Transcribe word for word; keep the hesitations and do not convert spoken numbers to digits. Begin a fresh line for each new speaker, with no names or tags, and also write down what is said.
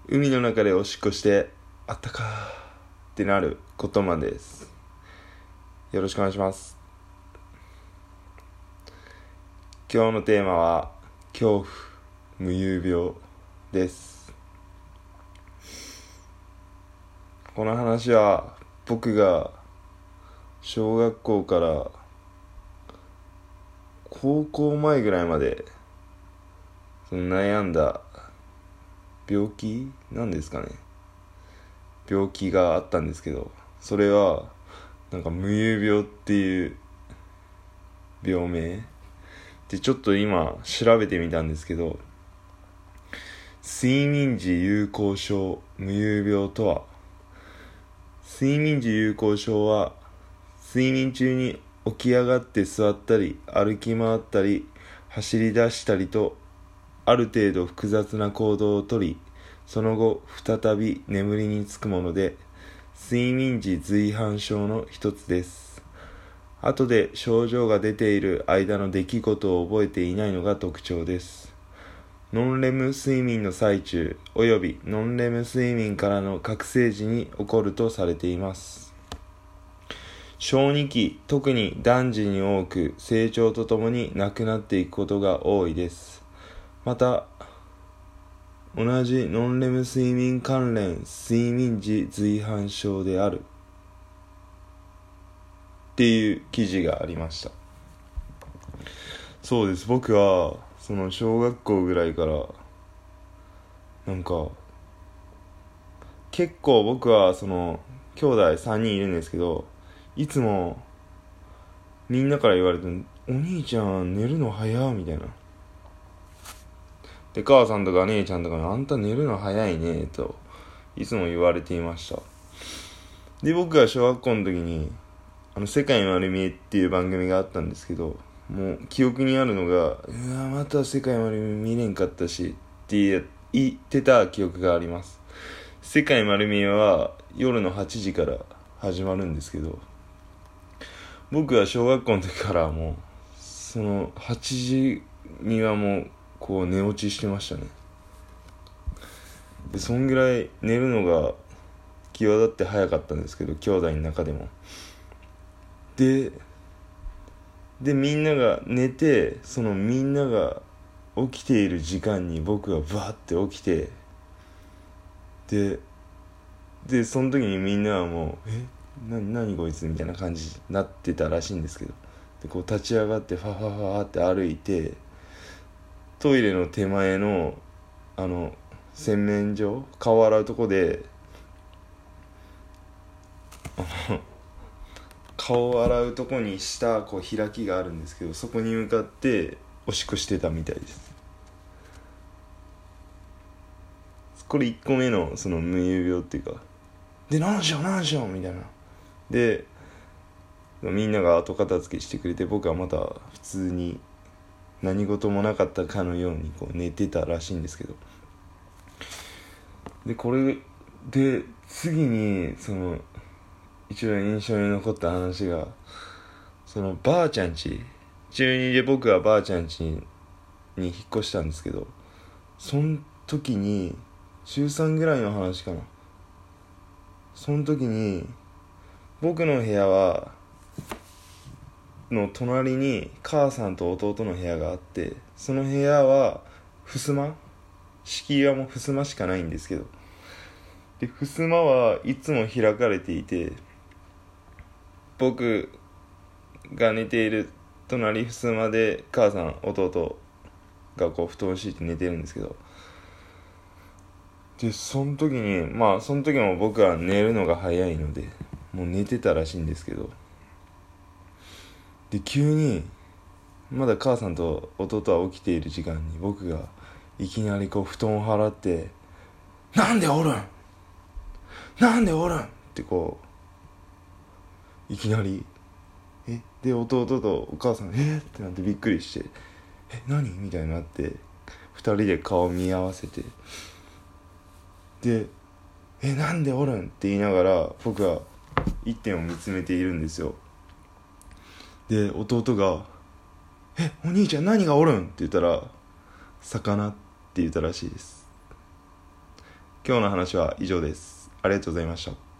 海の中でおしっこしてあったかってなることまでです。よろしくお願いします。今日のテーマは恐怖無遊病です。この話は僕が小学校から高校前ぐらいまでその悩んだ病気なんですかね病気があったんですけど、それはなんか無遊病っていう病名で、ちょっと今調べてみたんですけど、睡眠時有効症無遊病とは、睡眠時有効症は睡眠中に起き上がって座ったり歩き回ったり走り出したりとある程度複雑な行動をとり、その後再び眠りにつくもので、睡眠時随伴症の一つです。後で症状が出ている間の出来事を覚えていないのが特徴です。ノンレム睡眠の最中およびノンレム睡眠からの覚醒時に起こるとされています。小児期、特に男児に多く成長とともになくなっていくことが多いです。また同じノンレム睡眠関連睡眠時随伴症であるっていう記事がありました。そうです。僕はその小学校ぐらいからなんか結構僕はその兄弟さんにんいるんですけど、いつもみんなから言われて、お兄ちゃん寝るの早みたいな。で母さんとか姉ちゃんとかに、あんた寝るの早いねといつも言われていました。で僕が小学校の時にあの世界まる見えっていう番組があったんですけど、もう記憶にあるのが、うわまた世界まる見れんかったしって言ってた記憶があります。世界まる見えは夜のはちじから始まるんですけど、僕は小学校の時からもうそのはちじにはもうこう寝落ちしてましたね。でそんぐらい寝るのが際立って早かったんですけど、兄弟の中でも。ででみんなが寝て、そのみんなが起きている時間に僕がバーって起きて、ででその時にみんなはもうえな何こいつみたいな感じになってたらしいんですけど、でこう立ち上がってファファファって歩いて、トイレの手前のあの洗面所、顔洗うとこで顔を洗うとこに下こう開きがあるんですけど、そこに向かっておしっこしてたみたいです。これいっこめのその無遊病っていうか、で何しよう何しようみたいな。でみんなが後片付けしてくれて、僕はまた普通に何事もなかったかのようにこう寝てたらしいんですけど、でこれで次にその一番印象に残った話が、そのばあちゃん家、中にで僕はばあちゃん家に引っ越したんですけど、その時に中さんぐらいの話かな、その時に僕の部屋はの隣に母さんと弟の部屋があって、その部屋は襖、敷居はもう襖しかないんですけど、で襖はいつも開かれていて、僕が寝ている隣襖で母さん弟がこう布団を敷いて寝てるんですけど、でその時にまあその時も僕は寝るのが早いのでもう寝てたらしいんですけど、で急にまだ母さんと弟は起きている時間に僕がいきなりこう布団を払って、なんでおるんなんでおるんってこういきなり、えで弟とお母さんえってなってびっくりして、え何みたいになってふたりで顔見合わせて、でえなんでおるんって言いながら僕は一点を見つめているんですよ。で弟がえお兄ちゃん何がおるんって言ったら、魚って言ったらしいです。 今日の話は以上です。ありがとうございました。